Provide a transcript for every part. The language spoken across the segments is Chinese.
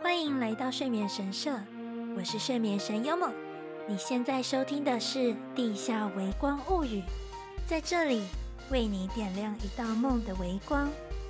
欢迎来到睡眠神社，我是睡眠神幽梦。你现在收听的是《地下微光物语》，在这里为你点亮一道梦的微光。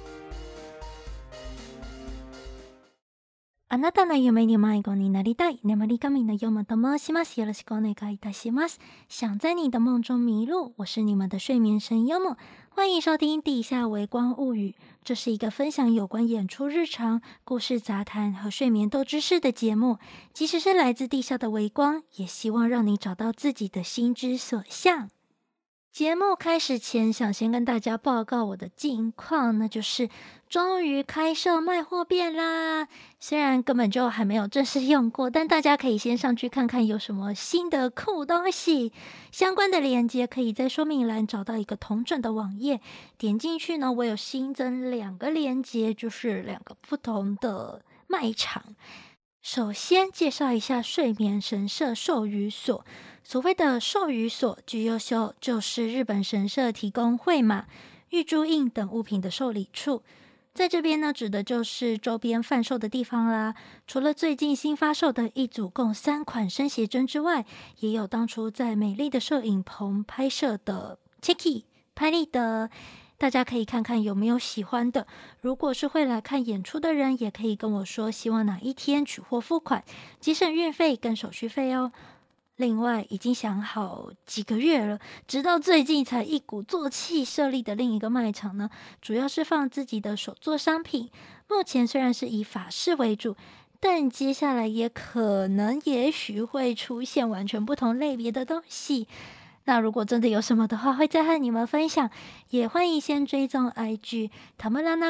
あなたの夢に迷子になりたい眠り神の幽夢と申します。よろしくお願いいたします。想在你的梦中迷路，我是你们的睡眠神幽梦。欢迎收听《地下微光物语》，这是一个分享有关演出日常、故事杂谈和睡眠斗知识的节目。即使是来自地下的微光，也希望让你找到自己的心之所向。节目开始前，想先跟大家报告我的近况，那就是终于开设卖货店啦！虽然根本就还没有正式用过，但大家可以先上去看看有什么新的酷东西。相关的链接可以在说明栏找到一个同整的网页，点进去呢，我有新增2个链接，就是2个不同的卖场。首先介绍一下睡眠神社授予所。所谓的授予所具优秀，就是日本神社提供绘马、玉珠印等物品的受理处。在这边呢，指的就是周边贩售的地方啦。除了最近新发售的一组共3款生写真之外，也有当初在美丽的摄影棚拍摄的 Chiki 拍立得。大家可以看看有没有喜欢的。如果是会来看演出的人，也可以跟我说希望哪一天取货付款，节省运费跟手续费哦。另外，已经想好几个月了，直到最近才一鼓作气设立的另一个卖场呢，主要是放自己的手作商品。目前虽然是以法式为主，但接下来也可能也许会出现完全不同类别的东西。那如果真的有什么的话，会再和你们分享。也欢迎先追踪 IG Tamurana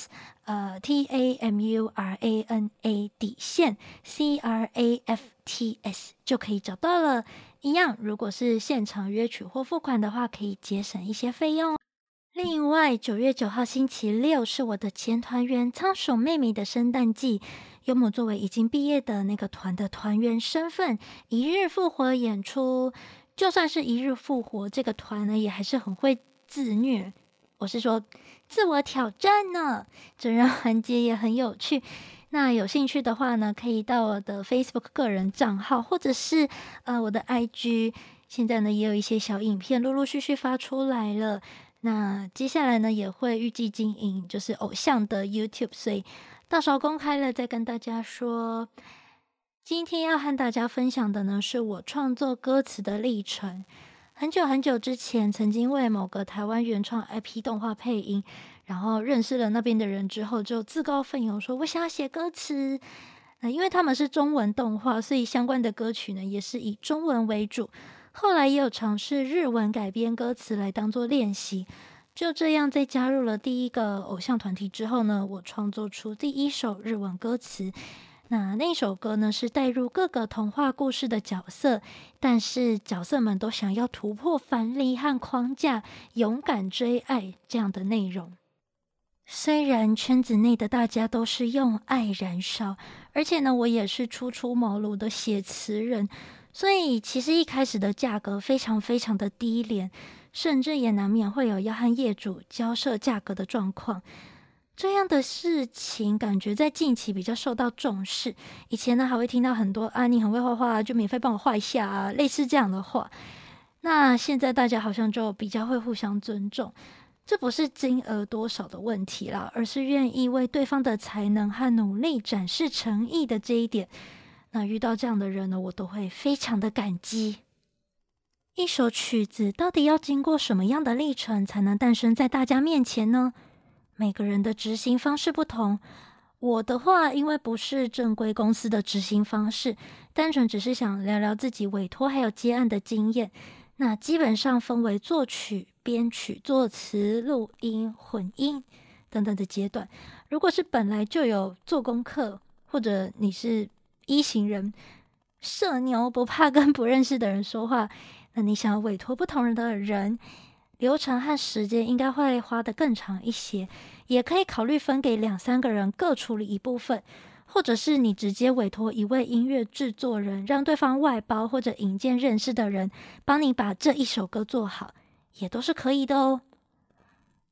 Crafts，TAMURANA_CRAFTS 就可以找到了。一样，如果是现场约取货付款的话，可以节省一些费用。另外，9月9号星期六是我的前团员仓鼠妹妹的圣诞季。幽默作为已经毕业的那个团的团员身份，一日复活演出。就算是一日复活，这个团呢也还是很会自虐，我是说自我挑战呢。整人环节也很有趣。那有兴趣的话呢，可以到我的 Facebook 个人账号，或者是我的 IG， 现在呢也有一些小影片陆陆续续发出来了。那接下来呢也会预计经营就是偶像的 YouTube， 所以到时候公开了再跟大家说。今天要和大家分享的呢，是我创作歌词的历程。很久很久之前，曾经为某个台湾原创 IP 动画配音，然后认识了那边的人之后，就自告奋勇说我想要写歌词。因为他们是中文动画，所以相关的歌曲呢也是以中文为主。后来也有尝试日文改编歌词来当做练习。就这样，在加入了第一个偶像团体之后呢，我创作出第1首日文歌词。那首歌呢，是带入各个童话故事的角色，但是角色们都想要突破藩篱和框架，勇敢追爱这样的内容。虽然圈子内的大家都是用爱燃烧，而且呢，我也是初出茅庐的写词人，所以其实一开始的价格非常非常的低廉，甚至也难免会有要和业主交涉价格的状况。这样的事情感觉在近期比较受到重视。以前呢还会听到很多你很会画画，就免费帮我画一下啊，类似这样的话。那现在大家好像就比较会互相尊重，这不是金额多少的问题啦，而是愿意为对方的才能和努力展示诚意的这一点。那遇到这样的人呢，我都会非常的感激。一首曲子到底要经过什么样的历程才能诞生在大家面前呢？每个人的执行方式不同，我的话，因为不是正规公司的执行方式，单纯只是想聊聊自己委托还有接案的经验。那基本上分为作曲、编曲、作词、录音、混音等等的阶段。如果是本来就有做功课，或者你是一型人，社牛不怕跟不认识的人说话，那你想要委托不同人的人，流程和时间应该会花得更长一些，也可以考虑分给2-3个人各处理一部分，或者是你直接委托一位音乐制作人，让对方外包或者引荐认识的人帮你把这一首歌做好，也都是可以的哦。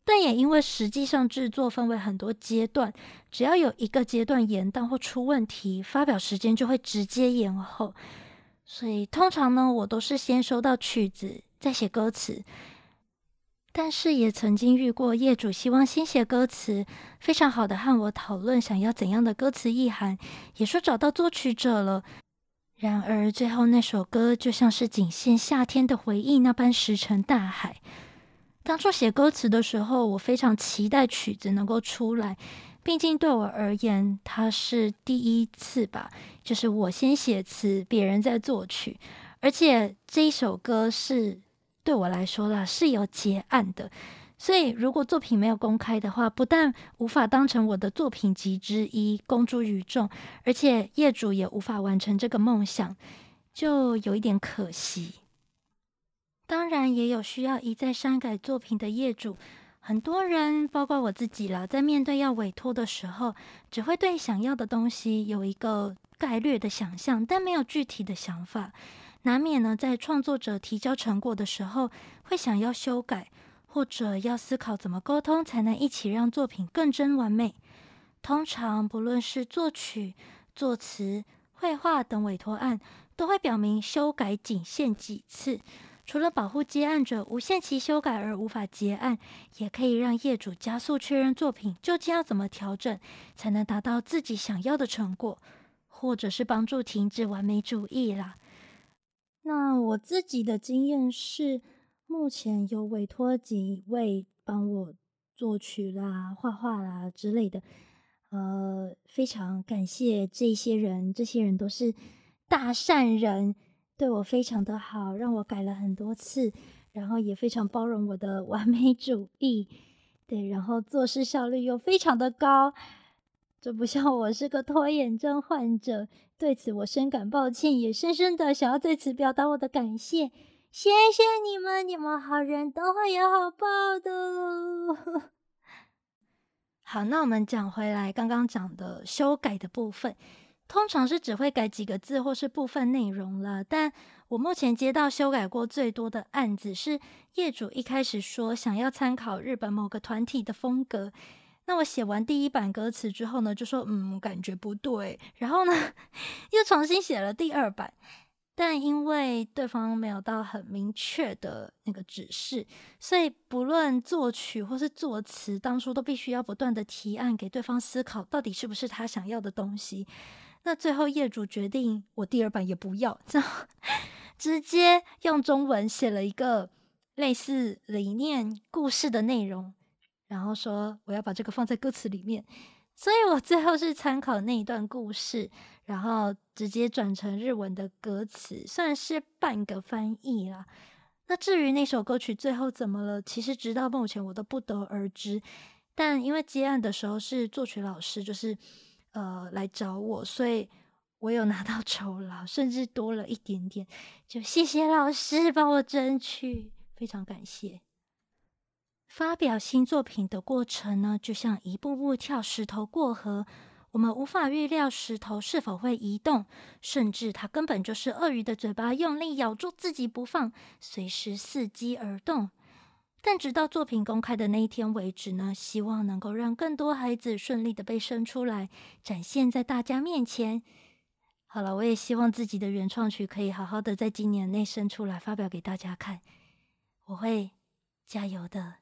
但也因为实际上制作分为很多阶段，只要有一个阶段延宕或出问题，发表时间就会直接延后。所以通常呢，我都是先收到曲子，再写歌词。但是也曾经遇过业主希望先写歌词，非常好的和我讨论想要怎样的歌词意涵，也说找到作曲者了。然而最后那首歌就像是仅限夏天的回忆那般石沉大海。当初写歌词的时候，我非常期待曲子能够出来，毕竟对我而言，它是第一次吧，就是我先写词，别人在作曲，而且这一首歌是对我来说啦是有结案的，所以如果作品没有公开的话，不但无法当成我的作品集之一公诸于众，而且业主也无法完成这个梦想，就有一点可惜。当然也有需要一再删改作品的业主，很多人包括我自己啦，在面对要委托的时候，只会对想要的东西有一个概略的想象，但没有具体的想法，难免呢在创作者提交成果的时候，会想要修改，或者要思考怎么沟通才能一起让作品更臻完美。通常不论是作曲、作词、绘画等委托案，都会表明修改仅限几次。除了保护接案者无限期修改而无法结案，也可以让业主加速确认作品究竟要怎么调整，才能达到自己想要的成果，或者是帮助停止完美主义啦。那我自己的经验是，目前有委托几位帮我作曲啦、画画啦之类的，非常感谢这些人，这些人都是大善人，对我非常的好，让我改了很多次，然后也非常包容我的完美主义，对，然后做事效率又非常的高，这不像我是个拖延症患者，对此我深感抱歉，也深深的想要对此表达我的感谢，谢谢你们，你们好人都会有好报的。好，那我们讲回来刚刚讲的修改的部分，通常是只会改几个字或是部分内容了，但我目前接到修改过最多的案子是业主一开始说想要参考日本某个团体的风格，那我写完第一版歌词之后呢，就说感觉不对，然后呢又重新写了第二版，但因为对方没有到很明确的那个指示，所以不论作曲或是作词，当初都必须要不断的提案给对方思考，到底是不是他想要的东西。那最后业主决定我第二版也不要，这样直接用中文写了一个类似理念故事的内容，然后说我要把这个放在歌词里面，所以我最后是参考那一段故事，然后直接转成日文的歌词，算是半个翻译啦。那至于那首歌曲最后怎么了，其实直到目前我都不得而知。但因为接案的时候是作曲老师，就是来找我，所以我有拿到酬劳，甚至多了一点点，就谢谢老师帮我争取，非常感谢。发表新作品的过程呢，就像一步步跳石头过河，我们无法预料石头是否会移动，甚至它根本就是鳄鱼的嘴巴用力咬住自己不放，随时伺机而动。但直到作品公开的那一天为止呢，希望能够让更多孩子顺利的被生出来，展现在大家面前。好了，我也希望自己的原创曲可以好好的在今年内生出来，发表给大家看。我会加油的。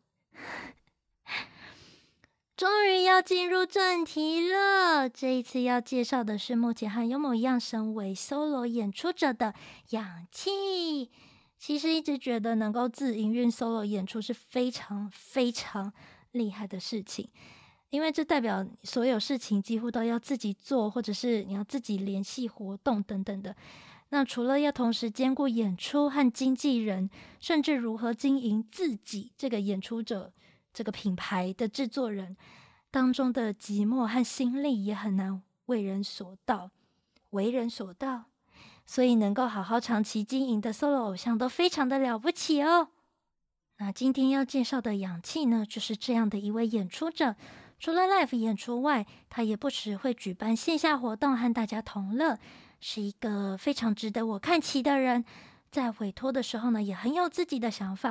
终于要进入正题了，这一次要介绍的是目前和幽默一样身为 solo 演出者的氧气。其实一直觉得能够自营运 solo 演出是非常非常厉害的事情，因为这代表所有事情几乎都要自己做，或者是你要自己联系活动等等的。那除了要同时兼顾演出和经纪人，甚至如何经营自己这个演出者这个品牌的制作人当中的寂寞和心力也很难为人所道。所以能够好好长期经营的 solo 偶像都非常的了不起哦。那今天要介绍的氧气呢，就是这样的一位演出者。除了 live 演出外，他也不时会举办线下活动和大家同乐，是一个非常值得我看齐的人。在委托的时候呢，也很有自己的想法，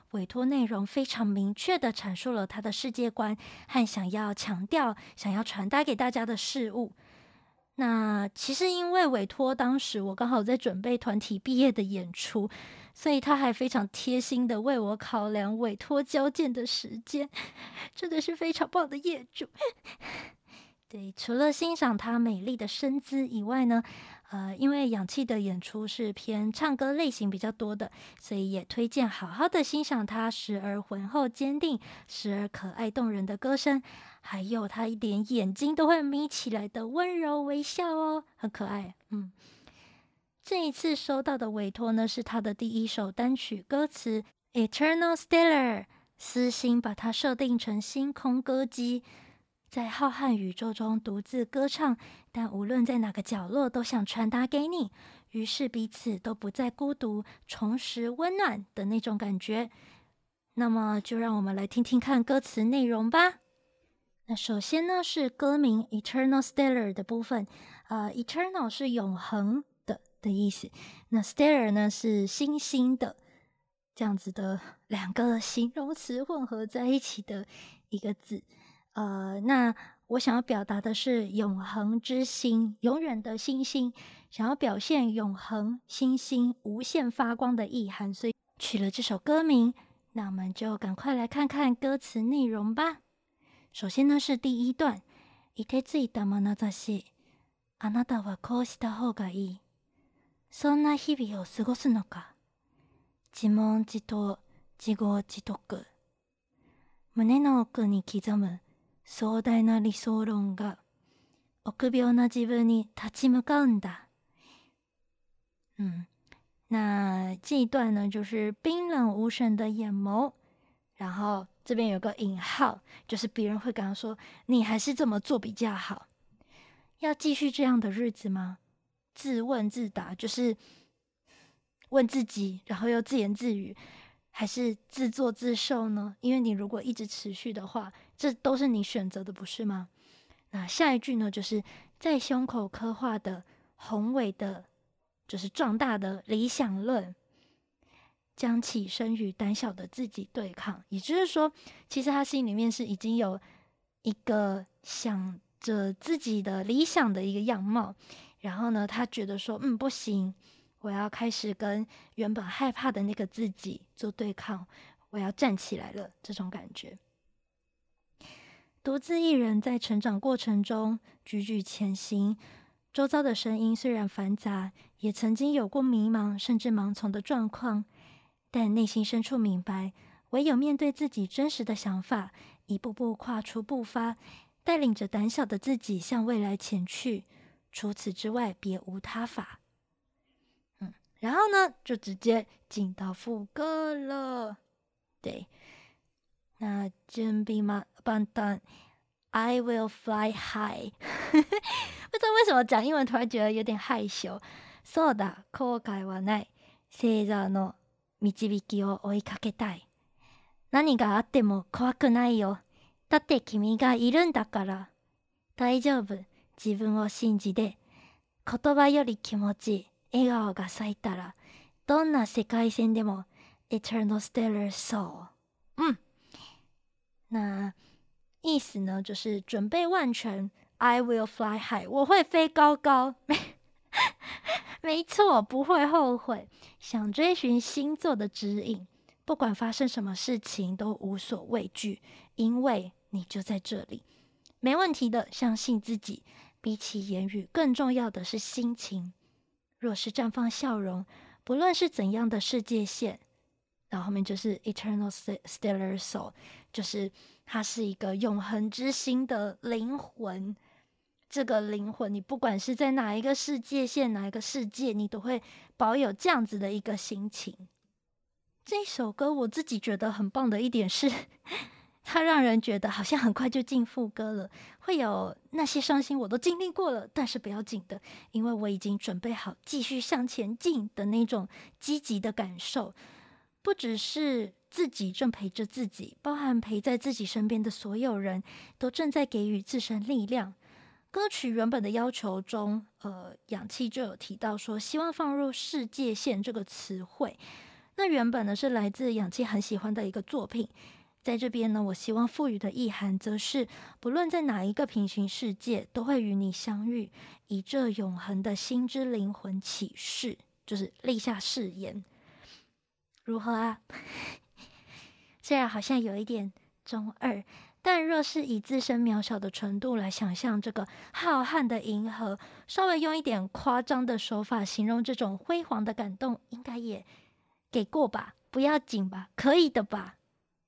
委托内容非常明确地阐述了他的世界观和想要强调、想要传达给大家的事物。那其实因为委托当时我刚好在准备团体毕业的演出，所以他还非常贴心的为我考量委托交件的时间，真的是非常棒的业主。对，除了欣赏她美丽的身姿以外呢，因为氧气的演出是偏唱歌类型比较多的，所以也推荐好好的欣赏她时而浑厚坚定、时而可爱动人的歌声，还有她连眼睛都会眯起来的温柔微笑哦，很可爱。这一次收到的委托呢，是她的第一首单曲歌词《Eternal Stellar》，私心把它设定成星空歌姬。在浩瀚宇宙中独自歌唱，但无论在哪个角落都想传达给你，于是彼此都不再孤独，重拾温暖的那种感觉。那么就让我们来听听看歌词内容吧。那首先呢是歌名 Eternal Stellar 的部分，Eternal 是永恒的意思，那 Stellar 呢是星星的，这样子的两个形容词混合在一起的一个字。那我想要表达的是永恒之星，永远的星星，想要表现永恒星星无限发光的意涵，所以取了这首歌名。那我们就赶快来看看歌詞内容吧。首先呢是第一段，凍てついた眼差し、あなたはこうした方がいい。そんな日々を過ごすのか。自問自答、自業自得。胸の奥に刻む壮大な理想論が臆病な自分に立ち向かうんだ。那这一段呢，就是冰冷无神的眼眸，然后这边有个引号，就是别人会跟他说：“你还是这么做比较好。”要继续这样的日子吗？自问自答，就是问自己，然后又自言自语，还是自作自受呢？因为你如果一直持续的话，这都是你选择的，不是吗？那下一句呢，就是在胸口刻画的宏伟的，就是壮大的理想论，将起身与胆小的自己对抗。也就是说，其实他心里面是已经有一个想着自己的理想的一个样貌，然后呢，他觉得说，不行，我要开始跟原本害怕的那个自己做对抗，我要站起来了，这种感觉。独自一人在成长过程中踽踽前行，周遭的声音虽然繁杂，也曾经有过迷茫甚至盲从的状况，但内心深处明白，唯有面对自己真实的想法，一步步跨出步伐，带领着胆小的自己向未来前去，除此之外别无他法。然后呢，就直接进到副歌了。对，那準備万端 I will fly high 不知道为什么讲英文突然觉得有点害羞。そうだ、後悔はない。星座の導きを追いかけたい。何があっても怖くないよ。だって君がいるんだから。大丈夫。自分を信じて。言葉より気持ち、笑顔が咲いたら、どんな世界線でも Eternal Stellar Soul。那意思呢，就是准备万全 ，I will fly high， 我会飞高高，没错，不会后悔。想追寻星座的指引，不管发生什么事情都无所畏惧，因为你就在这里，没问题的，相信自己。比起言语，更重要的是心情。若是绽放笑容，不论是怎样的世界线，然后后面就是 Eternal Stellar Soul， 就是它是一个永恒之心的灵魂。这个灵魂，你不管是在哪一个世界线、哪一个世界，你都会保有这样子的一个心情。这首歌我自己觉得很棒的一点是，它让人觉得好像很快就进副歌了，会有那些伤心我都经历过了，但是不要紧的，因为我已经准备好继续向前进的那种积极的感受。不只是自己正陪着自己，包含陪在自己身边的所有人都正在给予自身力量。歌曲原本的要求中，氧气就有提到说希望放入世界线这个词汇。 那原本呢是来自氧气很喜欢的一个作品，在这边呢，我希望赋予的意涵则是，不论在哪一个平行世界，都会与你相遇，以这永恒的心之灵魂起誓，就是立下誓言。如何啊？虽然好像有一点中二，但若是以自身渺小的程度来想象这个浩瀚的银河，稍微用一点夸张的手法形容这种辉煌的感动，应该也给过吧？不要紧吧？可以的吧？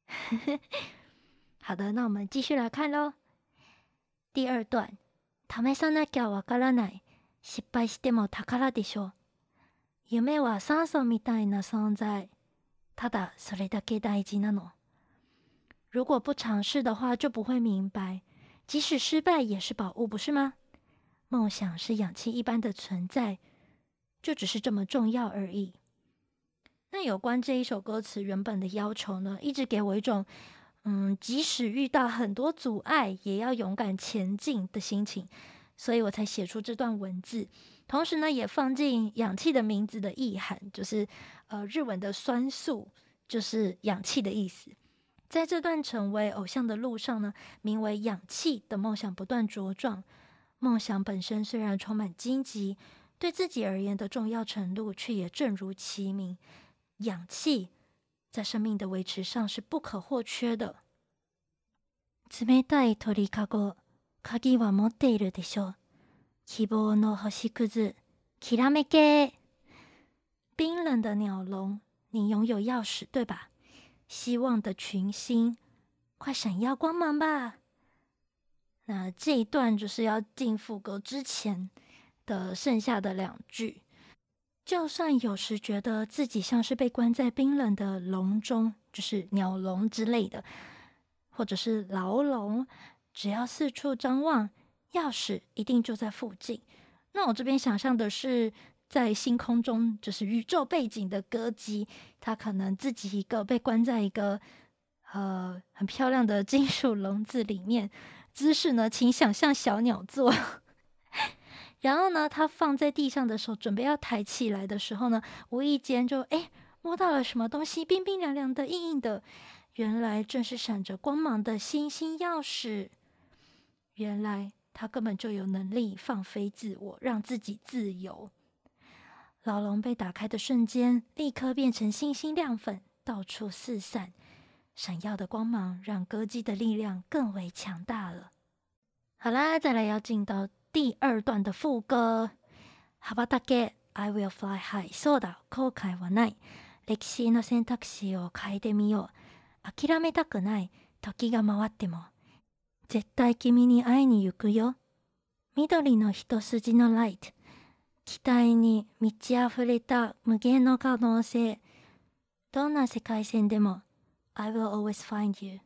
好的，那我们继续来看咯。第二段，試さなきゃわからない。失敗しても宝でしょう。夢は酸素みたいな存在。ただそれだけ大事なの。如果不尝试的话，就不会明白，即使失败也是宝物，不是吗？梦想是氧气一般的存在，就只是这么重要而已。那有关这一首歌词原本的要求呢，一直给我一种即使遇到很多阻碍，也要勇敢前进的心情，所以我才写出这段文字。同时呢，也放进氧气的名字的意涵，就是日文的酸素，就是氧气的意思。在这段成为偶像的路上呢，名为氧气的梦想不断茁壮。梦想本身虽然充满荆棘，对自己而言的重要程度却也正如其名，氧气在生命的维持上是不可或缺的。冷たい鳥かご、鍵は持っているでしょう。希望の星屑、きらめけ。冰冷的鸟笼，你拥有钥匙，对吧？希望的群星，快闪耀光芒吧！那这一段就是要进副歌之前的剩下的2句。就算有时觉得自己像是被关在冰冷的笼中，就是鸟笼之类的，或者是牢笼，只要四处张望，钥匙一定就在附近。那我这边想象的是，在星空中，就是宇宙背景的歌姬，他可能自己一个被关在一个很漂亮的金属笼子里面，姿势呢，请想象小鸟座。然后呢，他放在地上的手准备要抬起来的时候呢，无意间就摸到了什么东西，冰冰凉凉的，硬硬的，原来正是闪着光芒的星星钥匙。原来他根本就有能力放飞自我，让自己自由。牢笼被打开的瞬间，立刻变成星星亮粉，到处四散，闪耀的光芒让歌姬的力量更为强大了。好啦，再来要进到第2段的副歌。羽ばたけ、I will fly high。そうだ、後悔はない。歴史の選択肢を変えてみよう。諦めたくない。時が回っても。絶対君に会いに行くよ。緑の一筋のライト。期待に満ち溢れた無限の可能性。どんな世界線でも I will always find you。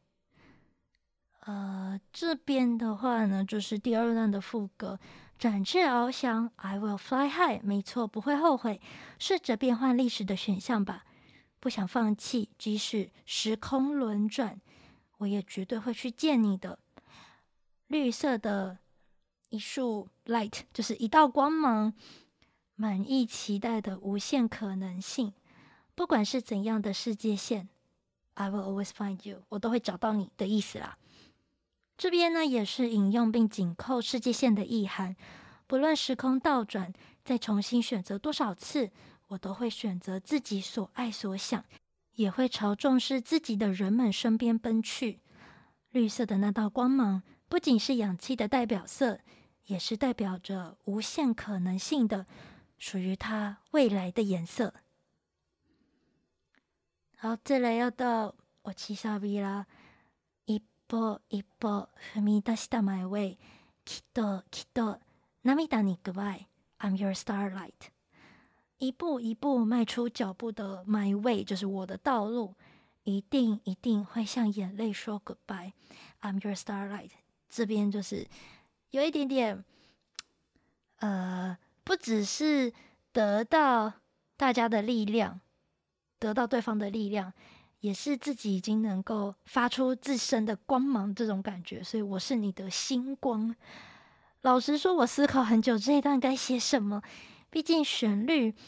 这边的话呢，就是第2段的副歌，展翅翱翔 I will fly high。 没错，不会后悔，试着变换历史的选项吧，不想放弃，即使时空轮转，我也绝对会去见你的。绿色的一束 light， 就是一道光芒，满意期待的无限可能性。不管是怎样的世界线 I will always find you， 我都会找到你的意思啦。这边呢也是引用并紧扣世界线的意涵，不论时空倒转，再重新选择多少次，我都会选择自己所爱所想，也会朝重视自己的人们身边奔去。绿色的那道光芒不仅是氧气的代表色，也是代表着无限可能性的属于它未来的颜色。好，再来要到我七サビ啦。一歩一歩踏み出した前へ、きっときっと涙にgoodbye I'm your starlight。 一步一步迈出脚步的 my way， 就是我的道路，一定一定会向眼泪说 goodbye I'm your starlight。 这边就是有一点点不只是得到大家的力量，得到对方的力量，也是自己已经能够发出自身的光芒这种感觉，所以我是你的星光。老实说，我思考很久这一段该写什么，毕竟旋律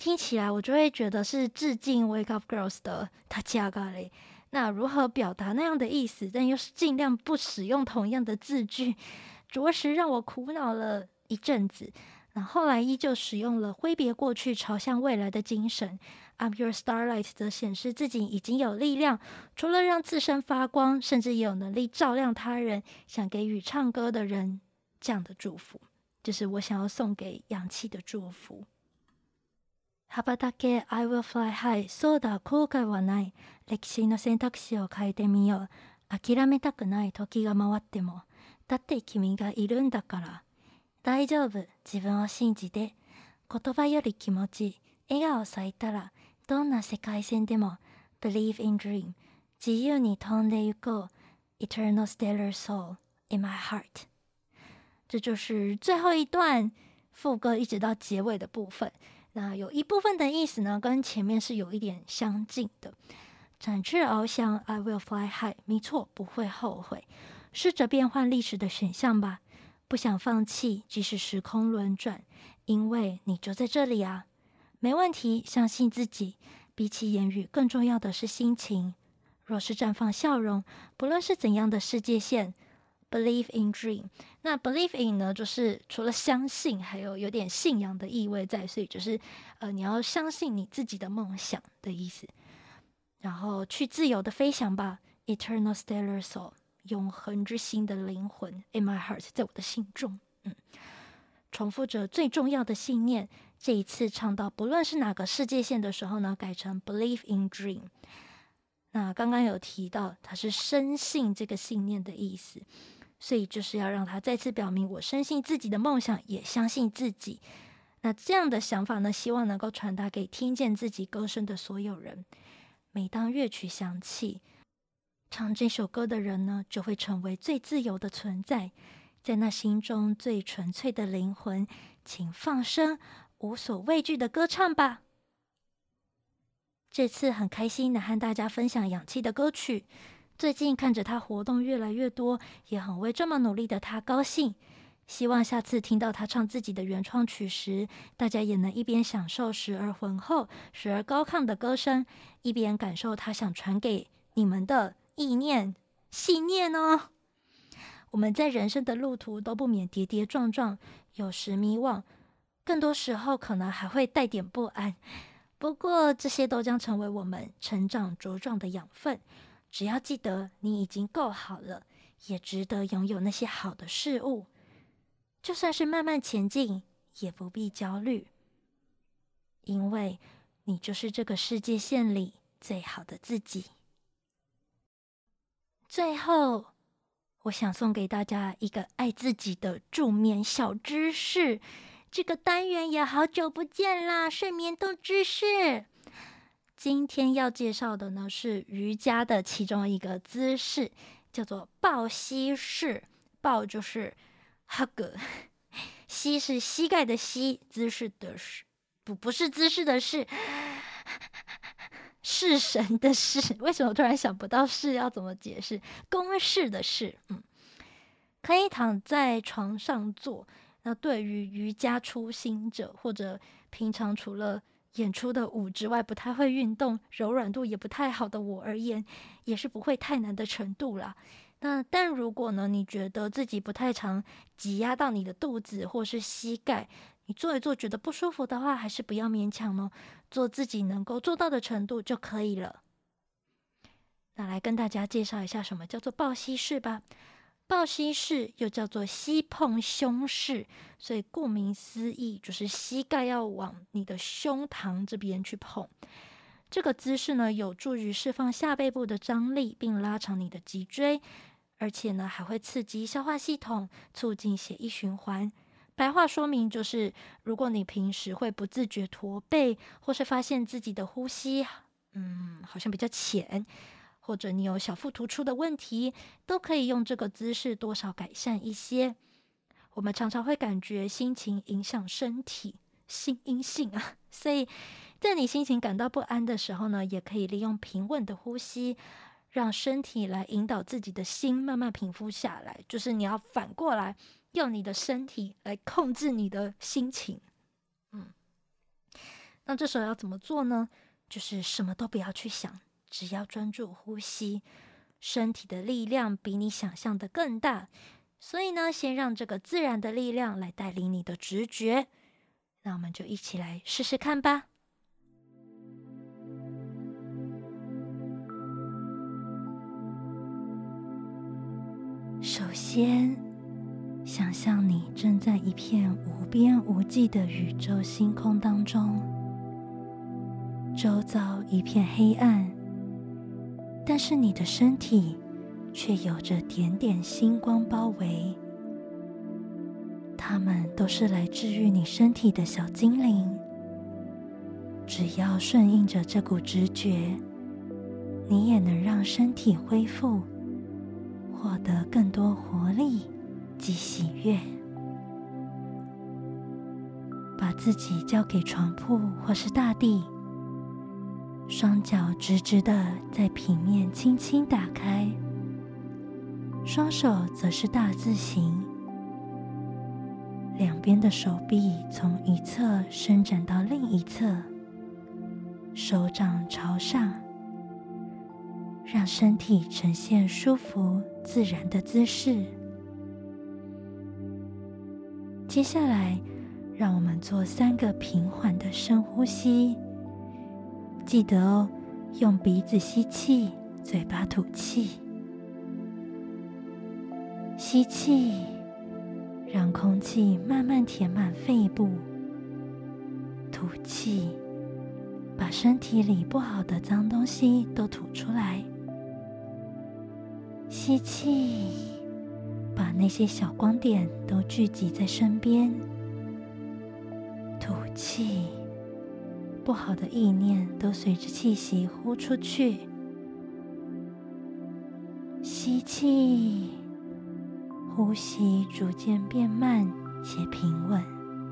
听起来我就会觉得是致敬 Wake Up Girls 的塔恰嘎嘞。那如何表达那样的意思，但又是尽量不使用同样的字句，着实让我苦恼了一阵子。那后来依旧使用了挥别过去，朝向未来的精神。I'm Your Starlight 则显示自己已经有力量，除了让自身发光，甚至也有能力照亮他人，想给予唱歌的人这样的祝福，就是我想要送给氧气的祝福。羽ばたけ I will fly high そうだ後悔はない歴史の選択肢を変えてみよう諦めたくない時が回ってもだって君がいるんだから大丈夫自分を信じて言葉より気持ち笑顔咲いたらどんな世界線でも Believe in dream 自由に飛んでゆこう Eternal stellar soul in my heart。 这就是最后一段副歌一直到结尾的部分。那有一部分的意思呢，跟前面是有一点相近的。展翅翱翔 I will fly high 没错，不会后悔。试着变换历史的选项吧，不想放弃即使时空轮转，因为你就在这里啊。没问题，相信自己，比起言语更重要的是心情。若是绽放笑容，不论是怎样的世界线， Believe in dream。 那 believe in 呢，就是除了相信还有点信仰的意味在，所以就是你要相信你自己的梦想的意思。然后去自由的飞翔吧， Eternal stellar soul 永恒之心的灵魂 in my heart 在我的心中。重复着最重要的信念。这一次唱到不论是哪个世界线的时候呢，改成 Believe in dream。那刚刚有提到它是深信这个信念的意思，所以就是要让他再次表明我深信自己的梦想，也相信自己。那这样的想法呢，希望能够传达给听见自己歌声的所有人。每当乐曲响起，唱这首歌的人呢，就会成为最自由的存在，在那心中最纯粹的灵魂，请放声无所畏惧的歌唱吧。这次很开心的和大家分享氧气的歌曲，最近看着他活动越来越多，也很为这么努力的他高兴。希望下次听到他唱自己的原创曲时，大家也能一边享受时而浑厚、时而高亢的歌声，一边感受他想传给你们的意念、信念哦。我们在人生的路途都不免跌跌撞撞，有时迷惘，更多时候可能还会带点不安。不过这些都将成为我们成长茁壮的养分。只要记得你已经够好了，也值得拥有那些好的事物。就算是慢慢前进，也不必焦虑，因为你就是这个世界线里最好的自己。最后，我想送给大家一个爱自己的助眠小知识。这个单元也好久不见啦，睡眠动知识。今天要介绍的呢是瑜伽的其中一个姿势，叫做抱膝式。抱就是 hug， 膝是膝盖的膝，姿势的是不是姿势的是，式神的式。为什么突然想不到式要怎么解释？公式的式。可以躺在床上做。那对于瑜伽初心者，或者平常除了演出的舞之外不太会运动，柔软度也不太好的我而言，也是不会太难的程度啦。但如果呢，你觉得自己不太常挤压到你的肚子或是膝盖，你做一做觉得不舒服的话，还是不要勉强哦，做自己能够做到的程度就可以了。那来跟大家介绍一下什么叫做抱膝式吧。抱膝式又叫做膝碰胸式，所以顾名思义就是膝盖要往你的胸膛这边去碰。这个姿势呢，有助于释放下背部的张力，并拉长你的脊椎，而且呢还会刺激消化系统，促进血液循环。白话说明就是，如果你平时会不自觉驼背，或是发现自己的呼吸好像比较浅，或者你有小腹突出的问题，都可以用这个姿势多少改善一些。我们常常会感觉心情影响身体，心因性啊，所以在你心情感到不安的时候呢，也可以利用平稳的呼吸，让身体来引导自己的心慢慢平复下来。就是你要反过来用你的身体来控制你的心情。 那这时候要怎么做呢？就是什么都不要去想，只要专注呼吸。身体的力量比你想象的更大，所以呢，先让这个自然的力量来带领你的直觉。那我们就一起来试试看吧。首先，想象你正在一片无边无际的宇宙星空当中，周遭一片黑暗，但是你的身体却有着点点星光包围，它们都是来治愈你身体的小精灵。只要顺应着这股直觉，你也能让身体恢复，获得更多活力及喜悦。把自己交给床铺或是大地，双脚直直的在平面轻轻打开，双手则是大字形，两边的手臂从一侧伸展到另一侧，手掌朝上，让身体呈现舒服自然的姿势。接下来，让我们做3个平缓的深呼吸。记得哦，用鼻子吸气，嘴巴吐气。吸气，让空气慢慢填满肺部。吐气，把身体里不好的脏东西都吐出来。吸气，把那些小光点都聚集在身边。吐气，不好的意念都随着气息呼出去。吸气，呼吸逐渐变慢且平稳。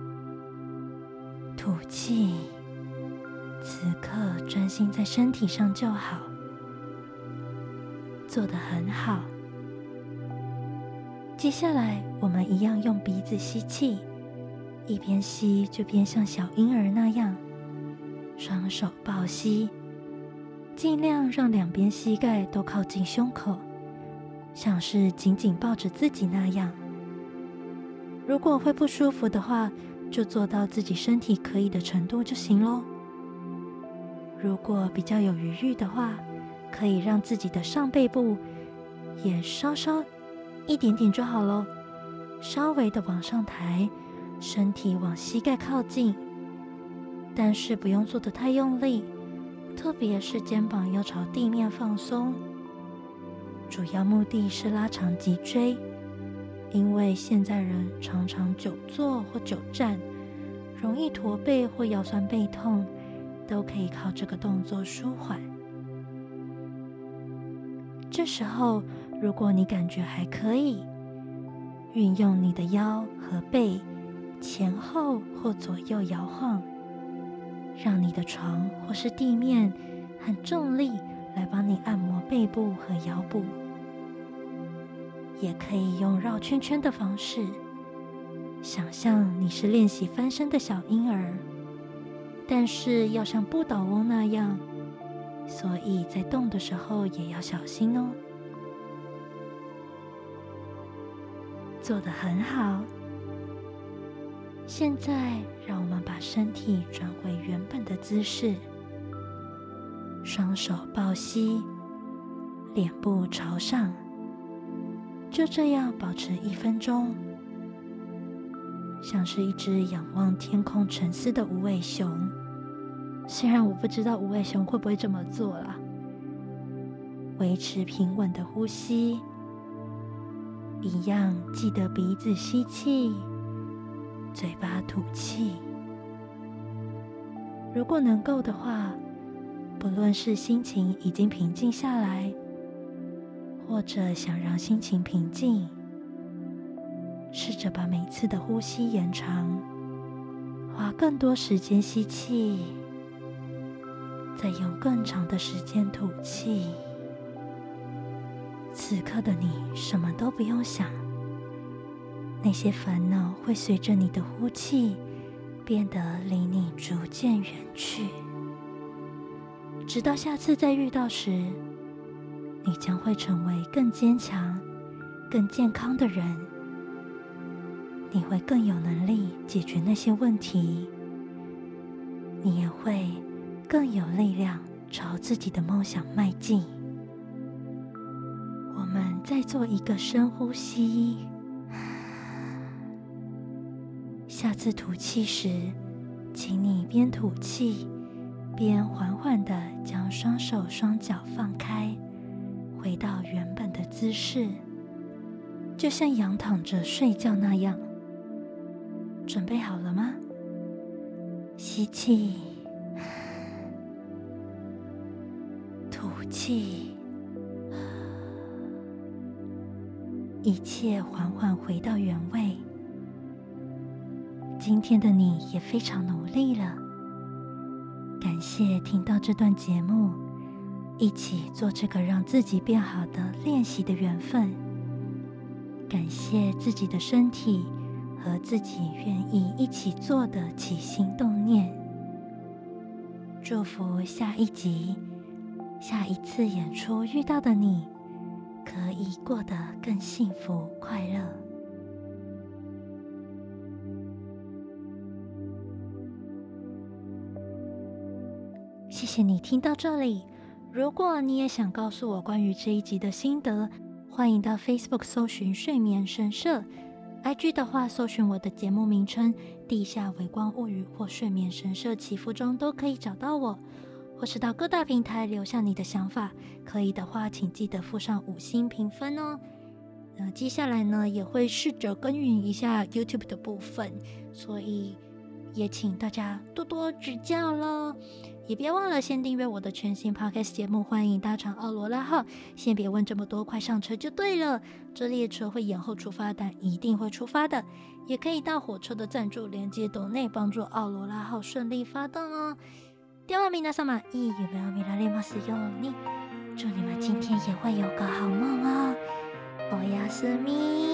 吐气，此刻专心在身体上就好。做得很好。接下来我们一样用鼻子吸气，一边吸就边像小婴儿那样，双手抱膝，尽量让两边膝盖都靠近胸口，像是紧紧抱着自己那样。如果会不舒服的话，就做到自己身体可以的程度就行咯。如果比较有余裕的话，可以让自己的上背部也稍稍一点点就好咯，稍微的往上抬，身体往膝盖靠近，但是不用做得太用力，特别是肩膀要朝地面放松。主要目的是拉长脊椎，因为现在人常常久坐或久站，容易驼背或腰酸背痛，都可以靠这个动作舒缓。这时候，如果你感觉还可以，运用你的腰和背前后或左右摇晃，让你的床或是地面和重力来帮你按摩背部和腰部。也可以用绕圈圈的方式，想象你是练习翻身的小婴儿，但是要像不倒翁那样，所以在动的时候也要小心哦。做得很好。现在让我们把身体转回原本的姿势，双手抱膝，脸部朝上，就这样保持1分钟，像是一只仰望天空沉思的无尾熊。虽然我不知道无尾熊会不会这么做啦。维持平稳的呼吸，一样记得鼻子吸气，嘴巴吐气。如果能够的话，不论是心情已经平静下来，或者想让心情平静，试着把每次的呼吸延长，花更多时间吸气，再用更长的时间吐气。此刻的你什么都不用想，那些烦恼会随着你的呼气变得离你逐渐远去，直到下次再遇到时，你将会成为更坚强、更健康的人。你会更有能力解决那些问题，你也会更有力量朝自己的梦想迈进。我们再做一个深呼吸，下次吐气时，请你边吐气边缓缓地将双手双脚放开，回到原本的姿势，就像仰躺着睡觉那样。准备好了吗？吸气，吐气，一切缓缓回到原位。今天的你也非常努力了，感谢听到这段节目，一起做这个让自己变好的练习的缘分。感谢自己的身体和自己愿意一起做的起心动念。祝福下一集、下一次演出遇到的你，可以过得更幸福快乐。谢谢你听到这里。如果你也想告诉我关于这一集的心得，欢迎到 Facebook 搜寻睡眠神社， IG 的话搜寻我的节目名称地下微光物语或睡眠神社祈福中都可以找到我，或是到各大平台留下你的想法，可以的话请记得附上5星评分哦。接下来呢也会试着耕耘一下 YouTube 的部分，所以也请大家多多指教咯。也别忘了先订阅我的全新 Podcast 节目，欢迎搭乘奥罗拉号。先别问这么多，快上车就对了。这列车会延后出发，但一定会出发的。也可以到火车的赞助连接斗内，帮助奥罗拉号顺利发动哦。では皆様、いい夢を見られますように。祝你们今天也会有个好梦哦。おやすみ。